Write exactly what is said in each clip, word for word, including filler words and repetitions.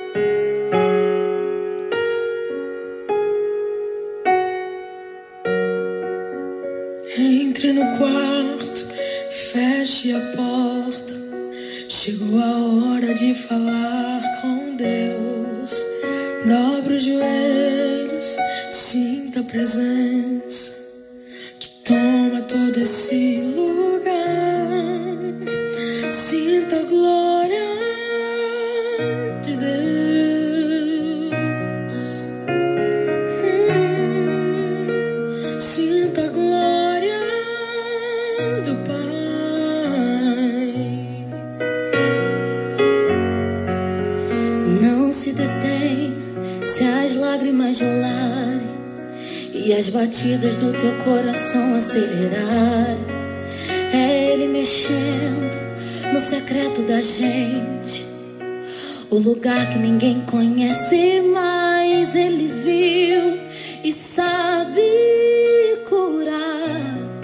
Entre no quarto, feche a porta. Chegou a hora de falar com Deus. Dobra os joelhos, sinta a presença que toma todo esse lugar. Sinta a glória de Deus. Hum, sinta a glória do Pai. Não se detém se as lágrimas rolarem e as batidas do teu coração acelerarem. É Ele mexendo no secreto da gente, o lugar que ninguém conhece, mas Ele viu e sabe curar.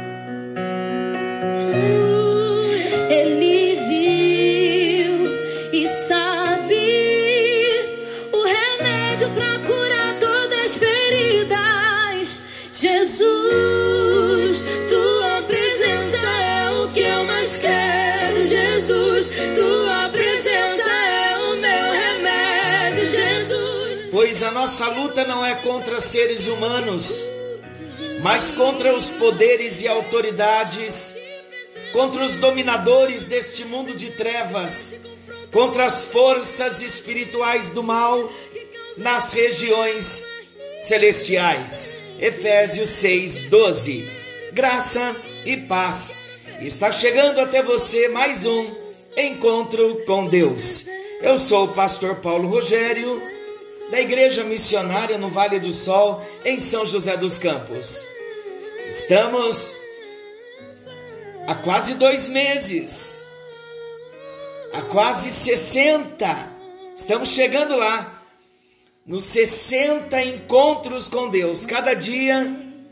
Ele viu e sabe o remédio para curar todas as feridas. Jesus, tua presença é o que eu mais quero. Jesus, tua presença é o meu remédio. Jesus. Pois a nossa luta não é contra seres humanos, mas contra os poderes e autoridades, contra os dominadores deste mundo de trevas, contra as forças espirituais do mal nas regiões celestiais. Efésios seis, doze. Graça e paz. Está chegando até você mais um Encontro com Deus. Eu sou o pastor Paulo Rogério, da Igreja Missionária no Vale do Sol, em São José dos Campos. Estamos há quase dois meses, há quase sessenta, estamos chegando lá, nos sessenta encontros com Deus, cada dia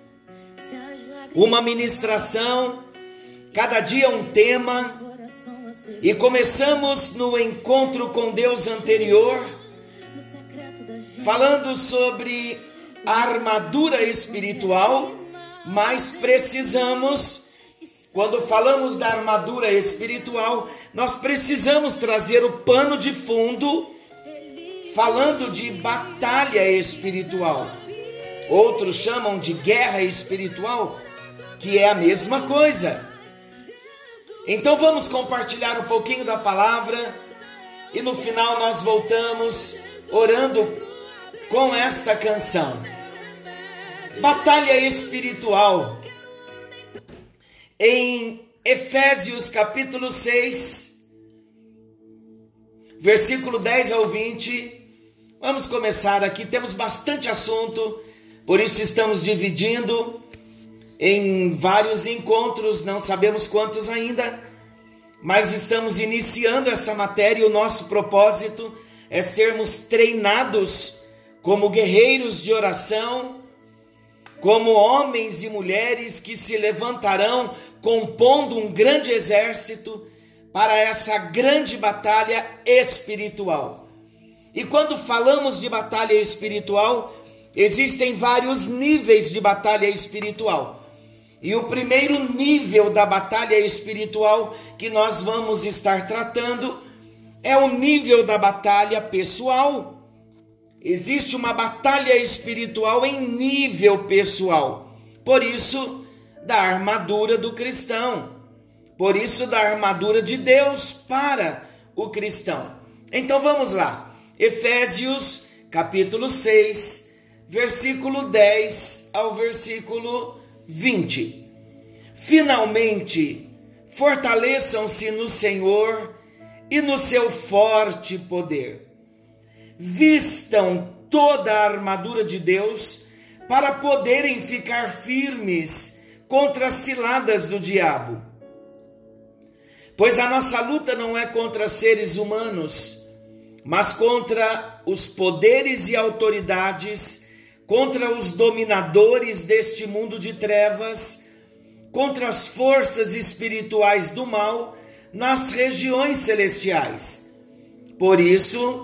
uma ministração, cada dia um tema, e começamos no encontro com Deus anterior, falando sobre a armadura espiritual, mas precisamos, quando falamos da armadura espiritual, nós precisamos trazer o pano de fundo, falando de batalha espiritual. Outros chamam de guerra espiritual, que é a mesma coisa. Então vamos compartilhar um pouquinho da palavra e no final nós voltamos orando com esta canção. Batalha espiritual. Em Efésios capítulo seis, versículo dez ao vinte, vamos começar aqui, temos bastante assunto, por isso estamos dividindo em vários encontros, não sabemos quantos ainda, mas estamos iniciando essa matéria e o nosso propósito é sermos treinados como guerreiros de oração, como homens e mulheres que se levantarão compondo um grande exército para essa grande batalha espiritual. E quando falamos de batalha espiritual, existem vários níveis de batalha espiritual. E o primeiro nível da batalha espiritual que nós vamos estar tratando é o nível da batalha pessoal. Existe uma batalha espiritual em nível pessoal. Por isso, da armadura do cristão. Por isso, da armadura de Deus para o cristão. Então vamos lá. Efésios capítulo seis, versículo dez ao versículo vinte. Finalmente, fortaleçam-se no Senhor e no seu forte poder. Vistam toda a armadura de Deus para poderem ficar firmes contra as ciladas do diabo. Pois a nossa luta não é contra seres humanos, mas contra os poderes e autoridades, contra os dominadores deste mundo de trevas, contra as forças espirituais do mal nas regiões celestiais. Por isso,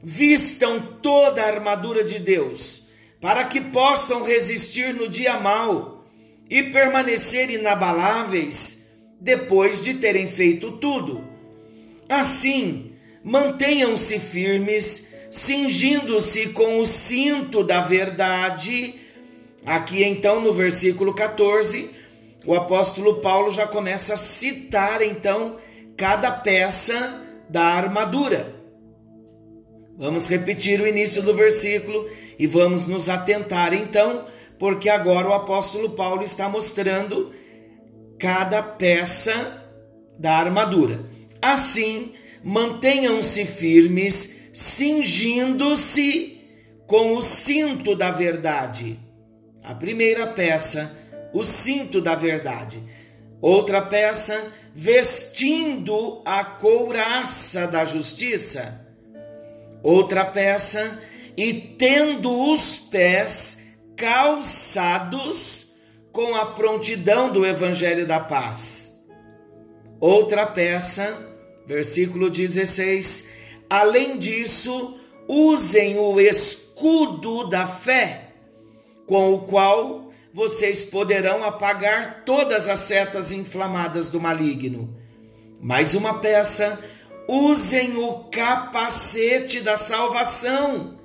vistam toda a armadura de Deus, para que possam resistir no dia mau e permanecer inabaláveis depois de terem feito tudo. Assim, mantenham-se firmes, cingindo-se com o cinto da verdade. Aqui então no versículo catorze, o apóstolo Paulo já começa a citar então cada peça da armadura. Vamos repetir o início do versículo e vamos nos atentar então, porque agora o apóstolo Paulo está mostrando cada peça da armadura. Assim, mantenham-se firmes, cingindo-se com o cinto da verdade. A primeira peça, o cinto da verdade. Outra peça, vestindo a couraça da justiça. Outra peça, e tendo os pés calçados com a prontidão do evangelho da paz. Outra peça, versículo dezesseis, além disso, usem o escudo da fé, com o qual vocês poderão apagar todas as setas inflamadas do maligno. Mais uma peça, usem o capacete da salvação.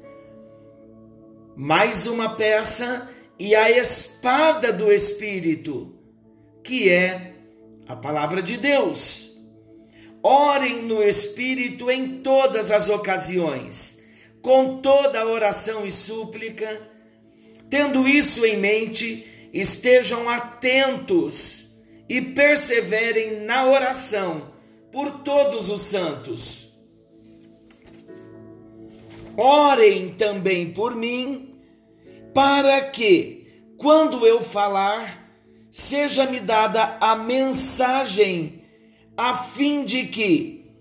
Mais uma peça, e a espada do Espírito, que é a palavra de Deus. Orem no Espírito em todas as ocasiões, com toda oração e súplica. Tendo isso em mente, estejam atentos e perseverem na oração por todos os santos. Orem também por mim, para que, quando eu falar, seja-me dada a mensagem, a fim de que,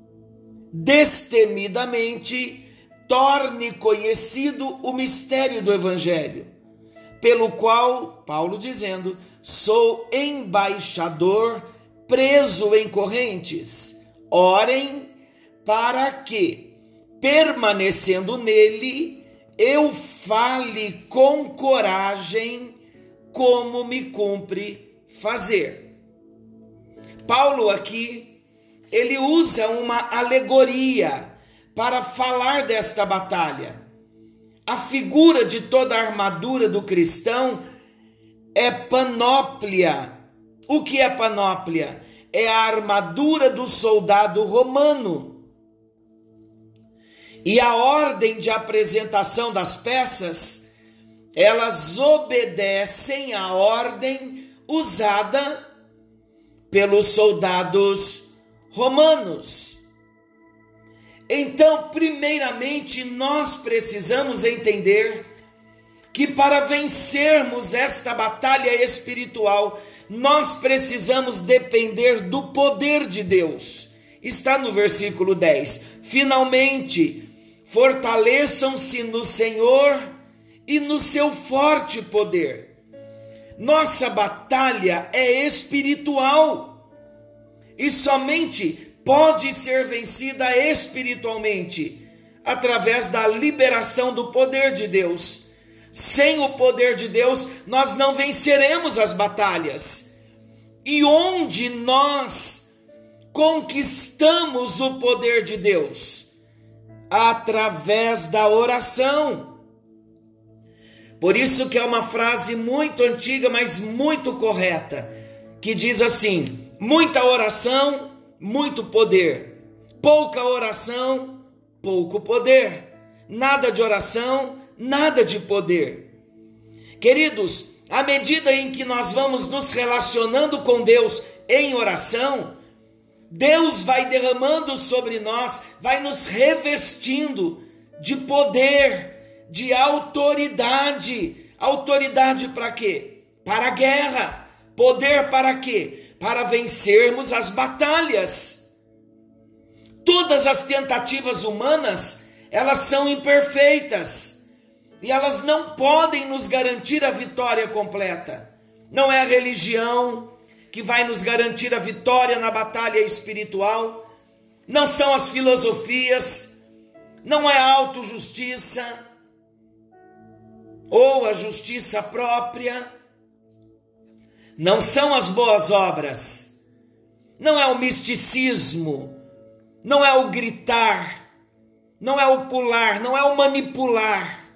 destemidamente, torne conhecido o mistério do Evangelho, pelo qual, Paulo dizendo, sou embaixador, preso em correntes. Orem para que, permanecendo nele, eu fale com coragem como me cumpre fazer. Paulo aqui, ele usa uma alegoria para falar desta batalha. A figura de toda a armadura do cristão é panóplia. O que é panóplia? É a armadura do soldado romano. E a ordem de apresentação das peças, elas obedecem à ordem usada pelos soldados romanos. Então, primeiramente, nós precisamos entender que para vencermos esta batalha espiritual, nós precisamos depender do poder de Deus. Está no versículo dez. Finalmente, fortaleçam-se no Senhor e no seu forte poder. Nossa batalha é espiritual e somente pode ser vencida espiritualmente através da liberação do poder de Deus. Sem o poder de Deus, nós não venceremos as batalhas. E onde nós conquistamos o poder de Deus? Através da oração. Por isso que é uma frase muito antiga, mas muito correta, que diz assim: muita oração, muito poder. Pouca oração, pouco poder. Nada de oração, nada de poder. Queridos, à medida em que nós vamos nos relacionando com Deus em oração, Deus vai derramando sobre nós, vai nos revestindo de poder, de autoridade. Autoridade para quê? Para a guerra. Poder para quê? Para vencermos as batalhas. Todas as tentativas humanas, elas são imperfeitas e elas não podem nos garantir a vitória completa. Não é a religião que vai nos garantir a vitória na batalha espiritual, não são as filosofias, não é autojustiça ou a justiça própria, não são as boas obras, não é o misticismo, não é o gritar, não é o pular, não é o manipular.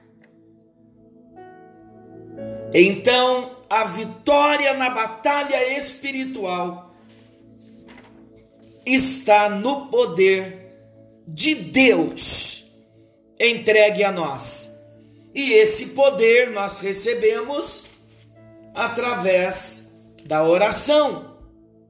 Então, a vitória na batalha espiritual está no poder de Deus entregue a nós. E esse poder nós recebemos através da oração.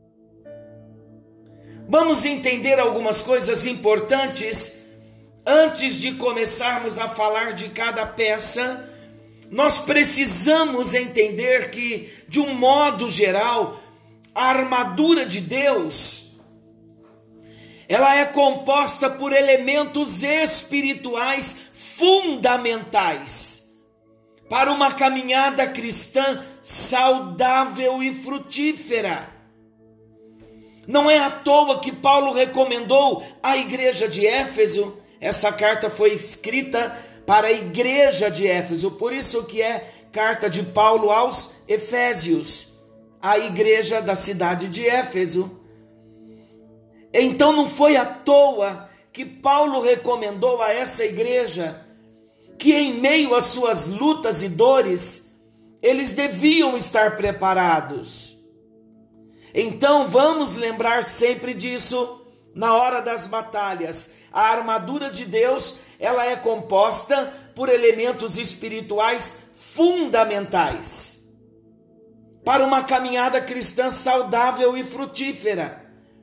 Vamos entender algumas coisas importantes antes de começarmos a falar de cada peça. Nós precisamos entender que, de um modo geral, a armadura de Deus, ela é composta por elementos espirituais fundamentais para uma caminhada cristã saudável e frutífera. Não é à toa que Paulo recomendou à igreja de Éfeso, essa carta foi escrita para a igreja de Éfeso, por isso que é carta de Paulo aos Efésios, a igreja da cidade de Éfeso. Então não foi à toa que Paulo recomendou a essa igreja que em meio às suas lutas e dores, eles deviam estar preparados. Então vamos lembrar sempre disso na hora das batalhas. A armadura de Deus, ela é composta por elementos espirituais fundamentais para uma caminhada cristã saudável e frutífera.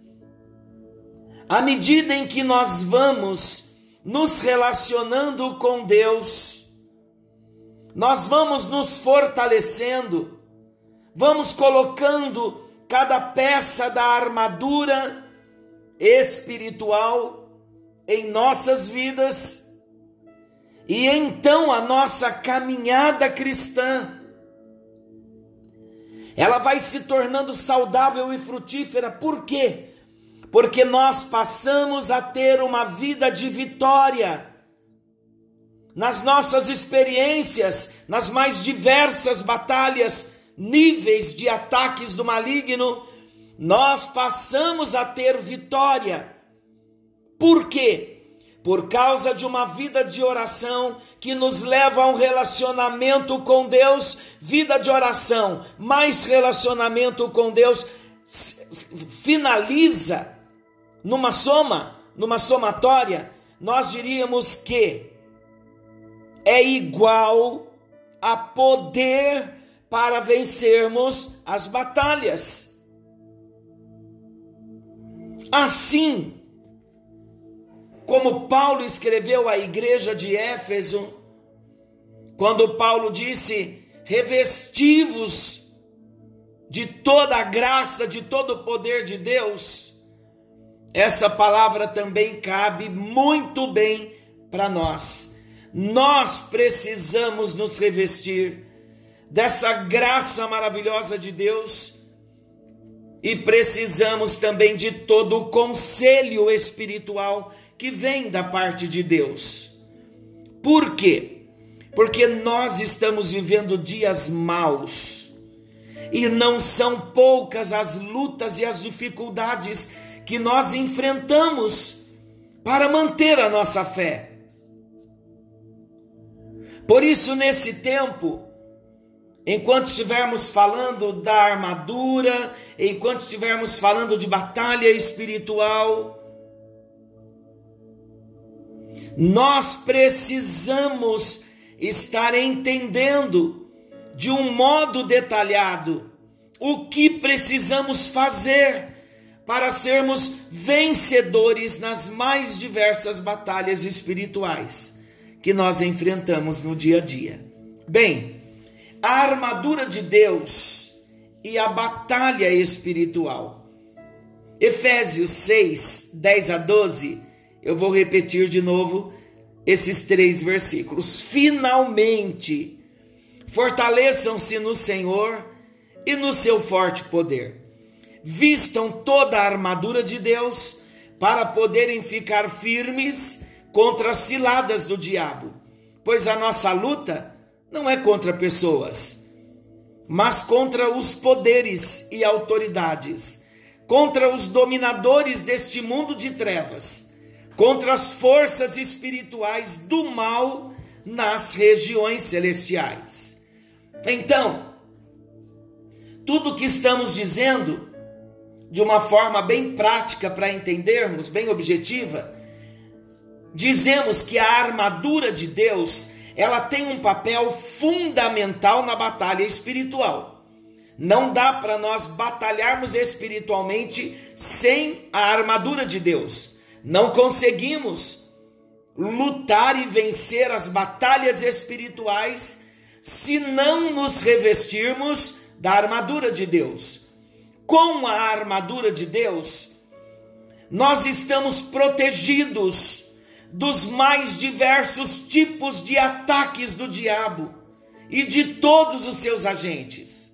À medida em que nós vamos nos relacionando com Deus, nós vamos nos fortalecendo, vamos colocando cada peça da armadura espiritual em nossas vidas, e então a nossa caminhada cristã, ela vai se tornando saudável e frutífera. Por quê? Porque nós passamos a ter uma vida de vitória. Nas nossas experiências, nas mais diversas batalhas, níveis de ataques do maligno, nós passamos a ter vitória. Por quê? Por causa de uma vida de oração que nos leva a um relacionamento com Deus, vida de oração, mais relacionamento com Deus, finaliza numa soma, numa somatória, nós diríamos que é igual a poder para vencermos as batalhas. Assim, como Paulo escreveu à igreja de Éfeso, quando Paulo disse: revesti-vos de toda a graça, de todo o poder de Deus, essa palavra também cabe muito bem para nós. Nós precisamos nos revestir dessa graça maravilhosa de Deus e precisamos também de todo o conselho espiritual que vem da parte de Deus. Por quê? Porque nós estamos vivendo dias maus e não são poucas as lutas e as dificuldades que nós enfrentamos para manter a nossa fé. Por isso, nesse tempo, enquanto estivermos falando da armadura, enquanto estivermos falando de batalha espiritual, nós precisamos estar entendendo de um modo detalhado o que precisamos fazer para sermos vencedores nas mais diversas batalhas espirituais que nós enfrentamos no dia a dia. Bem, a armadura de Deus e a batalha espiritual. Efésios seis, dez a doze, eu vou repetir de novo esses três versículos. Finalmente, fortaleçam-se no Senhor e no seu forte poder. Vistam toda a armadura de Deus para poderem ficar firmes contra as ciladas do diabo, pois a nossa luta não é contra pessoas, mas contra os poderes e autoridades, contra os dominadores deste mundo de trevas, contra as forças espirituais do mal nas regiões celestiais. Então, tudo que estamos dizendo, de uma forma bem prática para entendermos, bem objetiva, dizemos que a armadura de Deus, ela tem um papel fundamental na batalha espiritual. Não dá para nós batalharmos espiritualmente sem a armadura de Deus. Não conseguimos lutar e vencer as batalhas espirituais se não nos revestirmos da armadura de Deus. Com a armadura de Deus, nós estamos protegidos dos mais diversos tipos de ataques do diabo e de todos os seus agentes.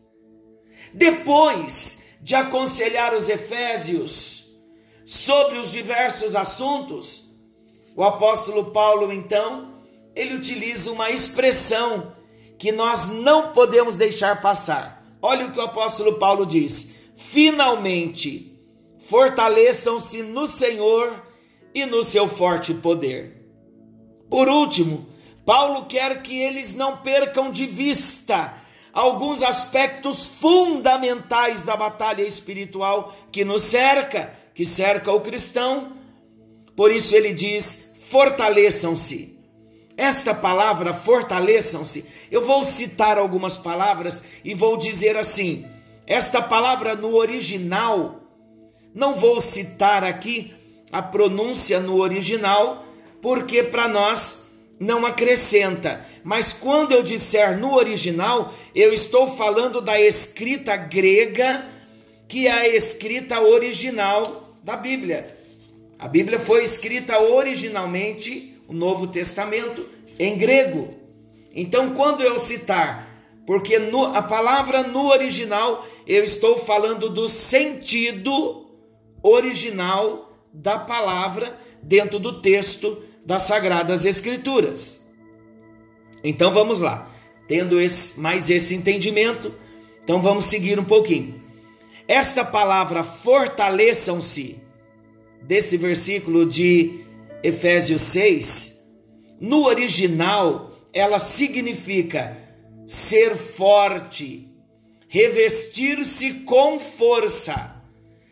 Depois de aconselhar os efésios sobre os diversos assuntos, o apóstolo Paulo, então, ele utiliza uma expressão que nós não podemos deixar passar. Olha o que o apóstolo Paulo diz: finalmente, fortaleçam-se no Senhor e no seu forte poder. Por último, Paulo quer que eles não percam de vista alguns aspectos fundamentais da batalha espiritual que nos cerca, que cerca o cristão. Por isso ele diz: fortaleçam-se. Esta palavra, fortaleçam-se, eu vou citar algumas palavras e vou dizer assim, esta palavra no original, não vou citar aqui a pronúncia no original, porque para nós não acrescenta. Mas quando eu disser no original, eu estou falando da escrita grega, que é a escrita original da Bíblia. A Bíblia foi escrita originalmente, o Novo Testamento, em grego. Então, quando eu citar, porque no, a palavra no original, eu estou falando do sentido original da palavra dentro do texto das Sagradas Escrituras. Então vamos lá, tendo esse, mais esse entendimento, então vamos seguir um pouquinho. Esta palavra fortaleçam-se, desse versículo de Efésios seis, no original ela significa ser forte, revestir-se com força,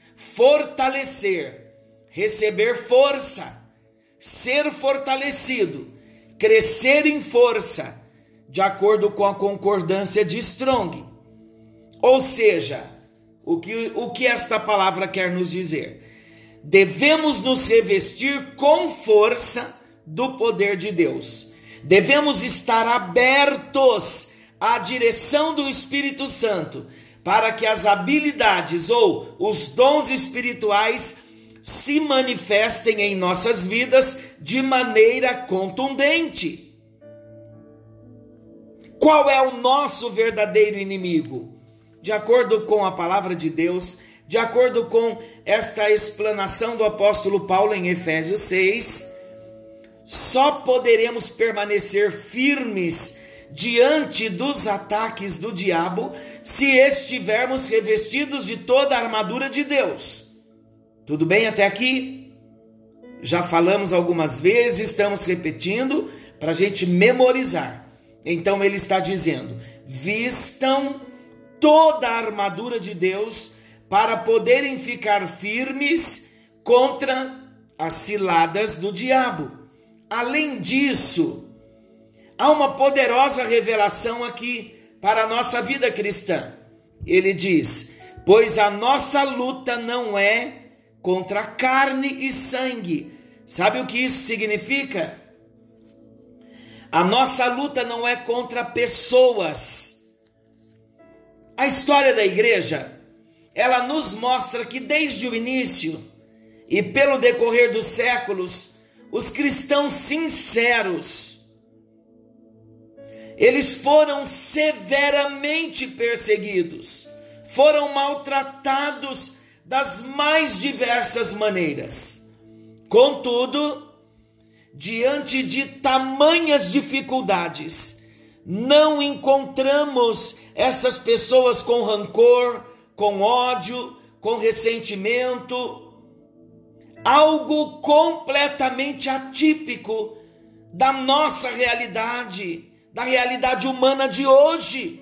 fortalecer, receber força, ser fortalecido, crescer em força, de acordo com a concordância de Strong. Ou seja, o que, o que esta palavra quer nos dizer? Devemos nos revestir com força do poder de Deus. Devemos estar abertos à direção do Espírito Santo, para que as habilidades ou os dons espirituais se manifestem em nossas vidas de maneira contundente. Qual é o nosso verdadeiro inimigo? De acordo com a palavra de Deus, de acordo com esta explanação do apóstolo Paulo em Efésios seis, só poderemos permanecer firmes diante dos ataques do diabo se estivermos revestidos de toda a armadura de Deus. Tudo bem até aqui? Já falamos algumas vezes, estamos repetindo para a gente memorizar. Então ele está dizendo: vistam toda a armadura de Deus para poderem ficar firmes contra as ciladas do diabo. Além disso, há uma poderosa revelação aqui para a nossa vida cristã. Ele diz: pois a nossa luta não é contra carne e sangue. Sabe o que isso significa? A nossa luta não é contra pessoas. A história da igreja, ela nos mostra que desde o início e pelo decorrer dos séculos, os cristãos sinceros, eles foram severamente perseguidos, foram maltratados das mais diversas maneiras. Contudo, diante de tamanhas dificuldades, não encontramos essas pessoas com rancor, com ódio, com ressentimento, algo completamente atípico da nossa realidade, da realidade humana de hoje.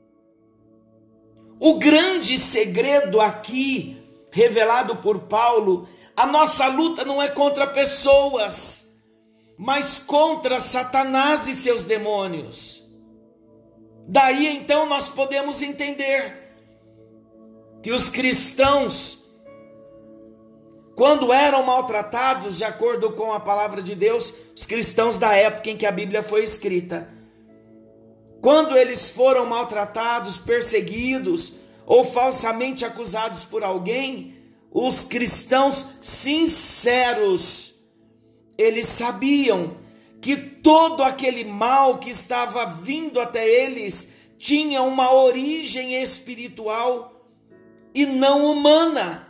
O grande segredo aqui, revelado por Paulo, a nossa luta não é contra pessoas, mas contra Satanás e seus demônios. Daí então nós podemos entender que os cristãos, quando eram maltratados, de acordo com a palavra de Deus, os cristãos da época em que a Bíblia foi escrita, quando eles foram maltratados, perseguidos ou falsamente acusados por alguém, os cristãos sinceros, eles sabiam que todo aquele mal que estava vindo até eles tinha uma origem espiritual e não humana.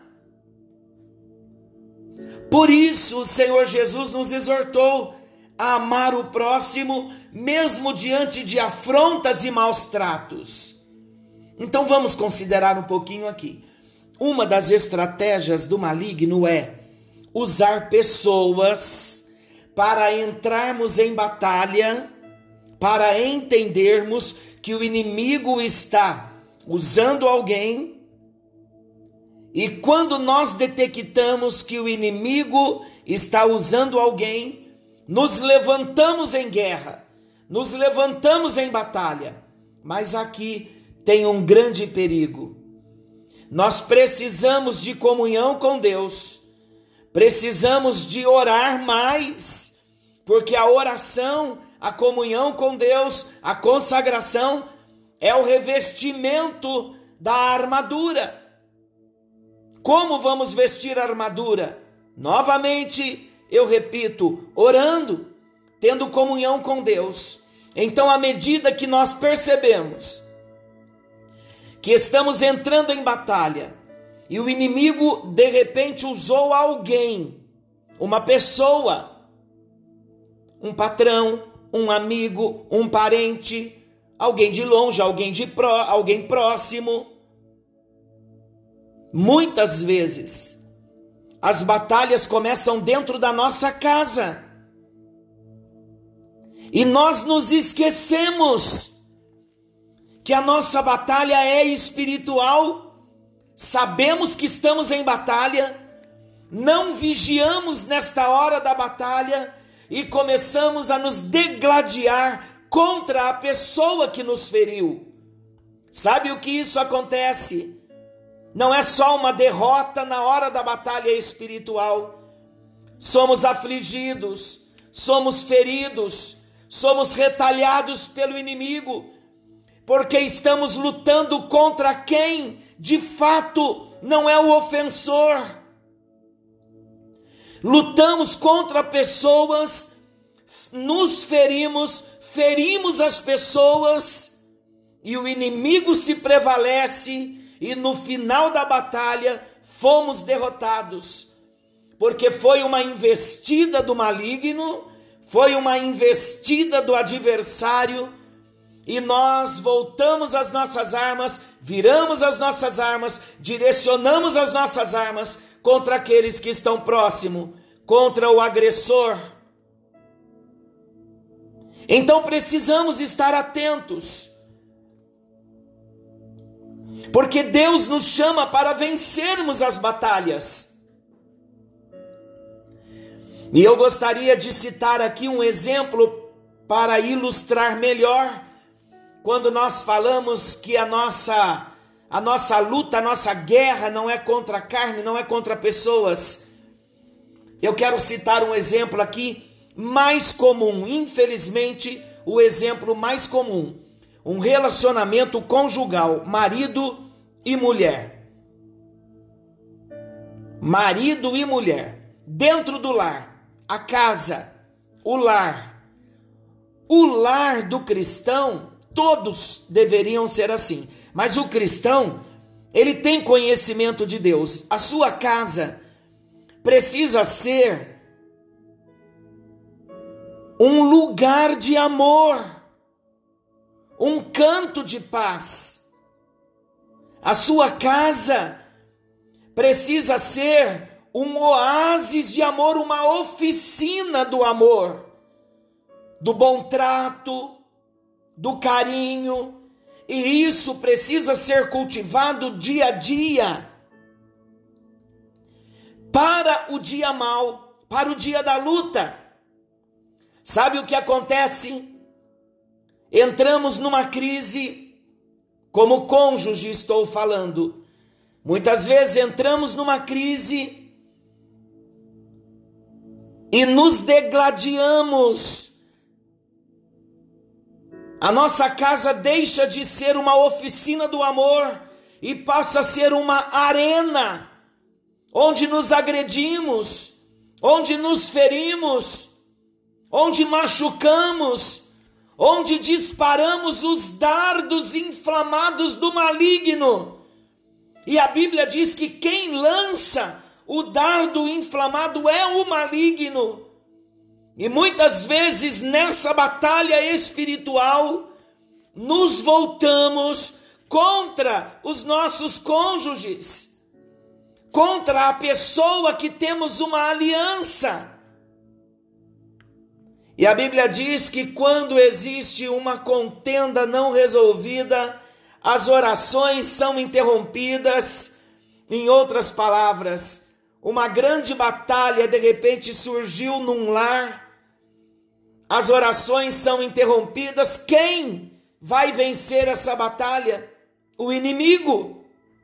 Por isso o Senhor Jesus nos exortou a amar o próximo, mesmo diante de afrontas e maus tratos. Então vamos considerar um pouquinho aqui. Uma das estratégias do maligno é usar pessoas para entrarmos em batalha, para entendermos que o inimigo está usando alguém, e quando nós detectamos que o inimigo está usando alguém, nos levantamos em guerra, nos levantamos em batalha. Mas aqui tem um grande perigo. Nós precisamos de comunhão com Deus, precisamos de orar mais, porque a oração, a comunhão com Deus, a consagração é o revestimento da armadura. Como vamos vestir a armadura? Novamente, eu repito, orando, tendo comunhão com Deus. Então, à medida que nós percebemos que estamos entrando em batalha e o inimigo de repente usou alguém, uma pessoa, um patrão, um amigo, um parente, alguém de longe, alguém de pró, alguém próximo. Muitas vezes as batalhas começam dentro da nossa casa e nós nos esquecemos que a nossa batalha é espiritual. Sabemos que estamos em batalha, não vigiamos nesta hora da batalha e começamos a nos degladiar contra a pessoa que nos feriu. Sabe o que isso acontece? Não é só uma derrota na hora da batalha espiritual. Somos afligidos, somos feridos, somos retalhados pelo inimigo, porque estamos lutando contra quem de fato não é o ofensor. Lutamos contra pessoas, nos ferimos, ferimos as pessoas e o inimigo se prevalece e no final da batalha fomos derrotados, porque foi uma investida do maligno, foi uma investida do adversário, e nós voltamos as nossas armas, viramos as nossas armas, direcionamos as nossas armas contra aqueles que estão próximos, contra o agressor. Então precisamos estar atentos, porque Deus nos chama para vencermos as batalhas. E eu gostaria de citar aqui um exemplo para ilustrar melhor, quando nós falamos que a nossa, a nossa luta, a nossa guerra não é contra a carne, não é contra pessoas. Eu quero citar um exemplo aqui mais comum, infelizmente, o exemplo mais comum. Um relacionamento conjugal, marido e mulher. Marido e mulher, dentro do lar, a casa, o lar. O lar do cristão, todos deveriam ser assim, mas o cristão, ele tem conhecimento de Deus. A sua casa precisa ser um lugar de amor, um canto de paz. A sua casa precisa ser um oásis de amor, uma oficina do amor, do bom trato, do carinho, e isso precisa ser cultivado dia a dia, para o dia mau, para o dia da luta. Sabe o que acontece? Entramos numa crise, como cônjuge estou falando. Muitas vezes entramos numa crise e nos degladiamos. A nossa casa deixa de ser uma oficina do amor e passa a ser uma arena onde nos agredimos, onde nos ferimos, onde machucamos, onde disparamos os dardos inflamados do maligno. E a Bíblia diz que quem lança o dardo inflamado é o maligno. E muitas vezes nessa batalha espiritual, nos voltamos contra os nossos cônjuges, contra a pessoa que temos uma aliança. E a Bíblia diz que quando existe uma contenda não resolvida, as orações são interrompidas. Em outras palavras, uma grande batalha de repente surgiu num lar, as orações são interrompidas. Quem vai vencer essa batalha? O inimigo.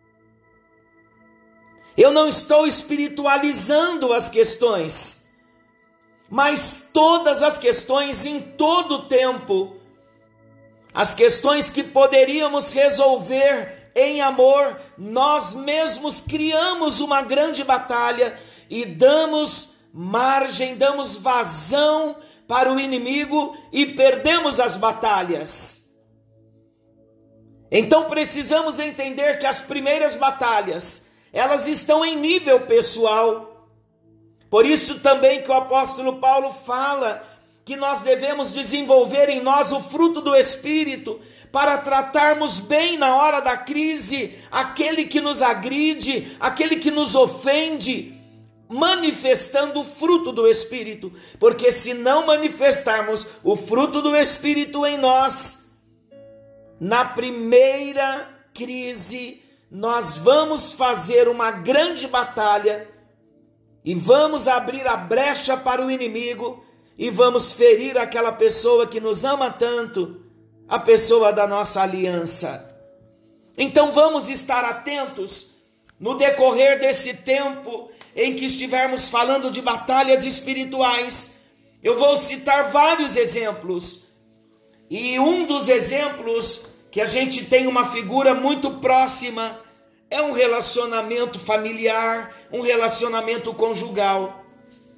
Eu não estou espiritualizando as questões, mas todas as questões em todo o tempo, as questões que poderíamos resolver em amor, nós mesmos criamos uma grande batalha e damos margem, damos vazão para o inimigo e perdemos as batalhas. Então precisamos entender que as primeiras batalhas, elas estão em nível pessoal. Por isso também que o apóstolo Paulo fala que nós devemos desenvolver em nós o fruto do Espírito para tratarmos bem na hora da crise aquele que nos agride, aquele que nos ofende, manifestando o fruto do Espírito. Porque se não manifestarmos o fruto do Espírito em nós, na primeira crise, nós vamos fazer uma grande batalha e vamos abrir a brecha para o inimigo e vamos ferir aquela pessoa que nos ama tanto, a pessoa da nossa aliança. Então vamos estar atentos no decorrer desse tempo em que estivermos falando de batalhas espirituais. Eu vou citar vários exemplos, e um dos exemplos que a gente tem uma figura muito próxima é um relacionamento familiar, um relacionamento conjugal.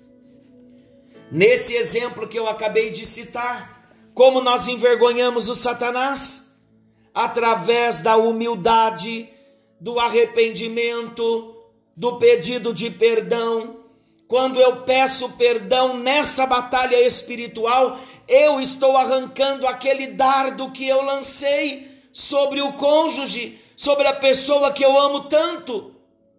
Nesse exemplo que eu acabei de citar, como nós envergonhamos o Satanás? Através da humildade, do arrependimento, do pedido de perdão. Quando eu peço perdão nessa batalha espiritual, eu estou arrancando aquele dardo que eu lancei sobre o cônjuge, sobre a pessoa que eu amo tanto.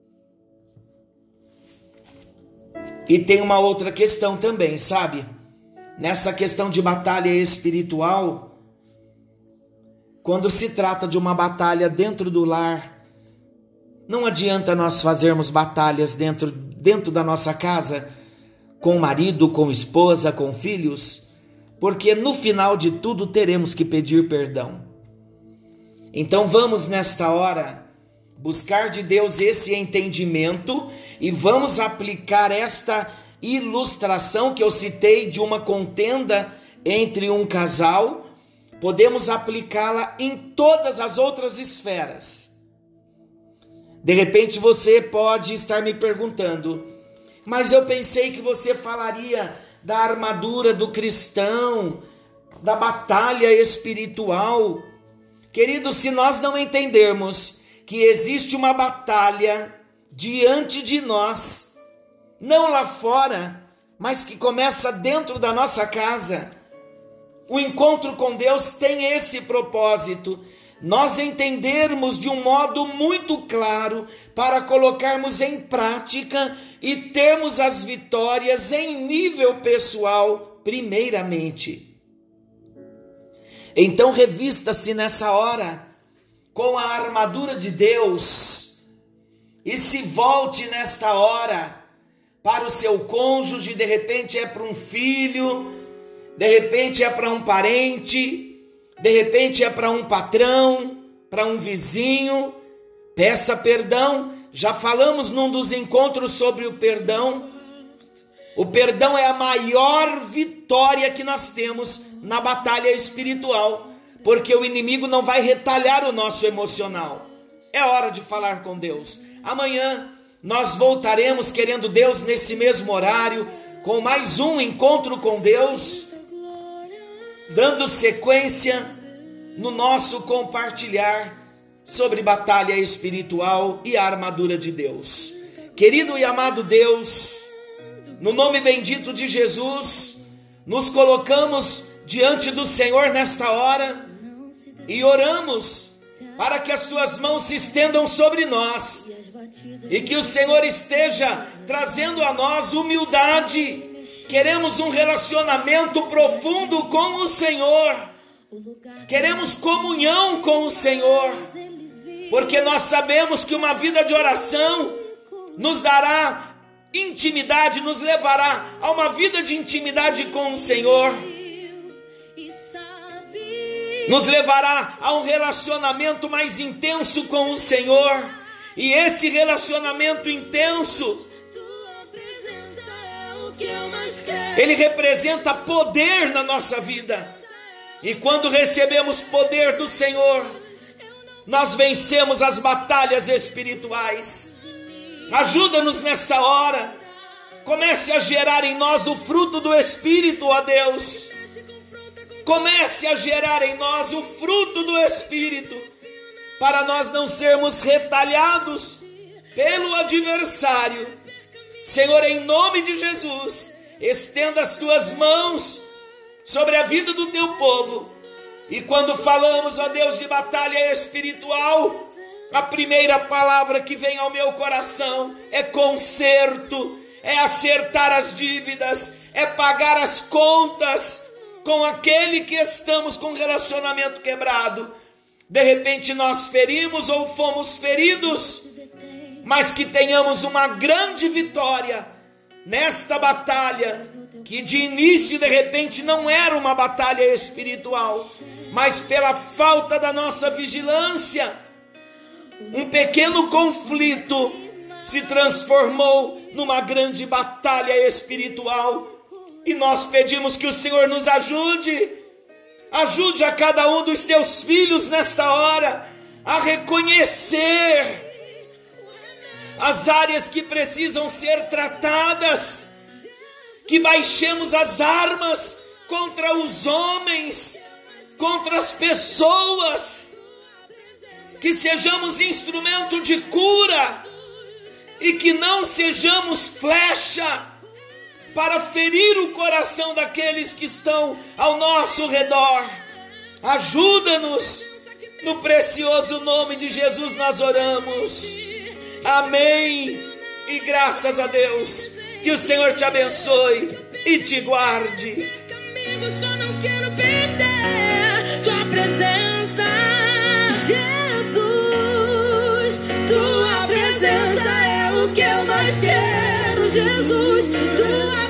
E tem uma outra questão também, sabe? Nessa questão de batalha espiritual, quando se trata de uma batalha dentro do lar, não adianta nós fazermos batalhas dentro, dentro da nossa casa, com o marido, com a esposa, com filhos, porque no final de tudo teremos que pedir perdão. Então vamos nesta hora buscar de Deus esse entendimento e vamos aplicar esta ilustração que eu citei de uma contenda entre um casal, podemos aplicá-la em todas as outras esferas. De repente você pode estar me perguntando, mas eu pensei que você falaria da armadura do cristão, da batalha espiritual. Querido, se nós não entendermos que existe uma batalha diante de nós, não lá fora, mas que começa dentro da nossa casa. O encontro com Deus tem esse propósito: nós entendermos de um modo muito claro para colocarmos em prática e termos as vitórias em nível pessoal, primeiramente. Então revista-se nessa hora com a armadura de Deus e se volte nesta hora para o seu cônjuge. De repente é para um filho, de repente é para um parente, de repente é para um patrão, para um vizinho. Peça perdão. Já falamos num dos encontros sobre o perdão. O perdão é a maior vitória que nós temos na batalha espiritual, porque o inimigo não vai retalhar o nosso emocional. É hora de falar com Deus. Amanhã nós voltaremos, querendo Deus, nesse mesmo horário, com mais um encontro com Deus, dando sequência no nosso compartilhar sobre batalha espiritual e a armadura de Deus. Querido e amado Deus, no nome bendito de Jesus, nos colocamos diante do Senhor nesta hora e oramos para que as tuas mãos se estendam sobre nós e que o Senhor esteja trazendo a nós humildade. Queremos um relacionamento profundo com o Senhor, queremos comunhão com o Senhor, porque nós sabemos que uma vida de oração nos dará intimidade, nos levará a uma vida de intimidade com o Senhor, nos levará a um relacionamento mais intenso com o Senhor. E esse relacionamento intenso, ele representa poder na nossa vida. E quando recebemos poder do Senhor, nós vencemos as batalhas espirituais. Ajuda-nos nesta hora. Comece a gerar em nós o fruto do Espírito, ó Deus. Comece a gerar em nós o fruto do Espírito, para nós não sermos retalhados pelo adversário. Senhor, em nome de Jesus, estenda as tuas mãos sobre a vida do teu povo. E quando falamos, ó Deus, de batalha espiritual, a primeira palavra que vem ao meu coração é conserto, é acertar as dívidas, é pagar as contas com aquele que estamos com relacionamento quebrado. De repente nós ferimos ou fomos feridos, mas que tenhamos uma grande vitória nesta batalha, que de início de repente não era uma batalha espiritual, mas pela falta da nossa vigilância, um pequeno conflito se transformou numa grande batalha espiritual. E nós pedimos que o Senhor nos ajude, ajude a cada um dos teus filhos nesta hora a reconhecer as áreas que precisam ser tratadas, que baixemos as armas contra os homens, contra as pessoas, que sejamos instrumento de cura e que não sejamos flecha para ferir o coração daqueles que estão ao nosso redor. Ajuda-nos, no precioso nome de Jesus nós oramos. Amém. E graças a Deus, que o Senhor te abençoe e te guarde. Eu só não quero perder tua presença, Jesus. Tua presença é o que eu mais quero, Jesus. Tua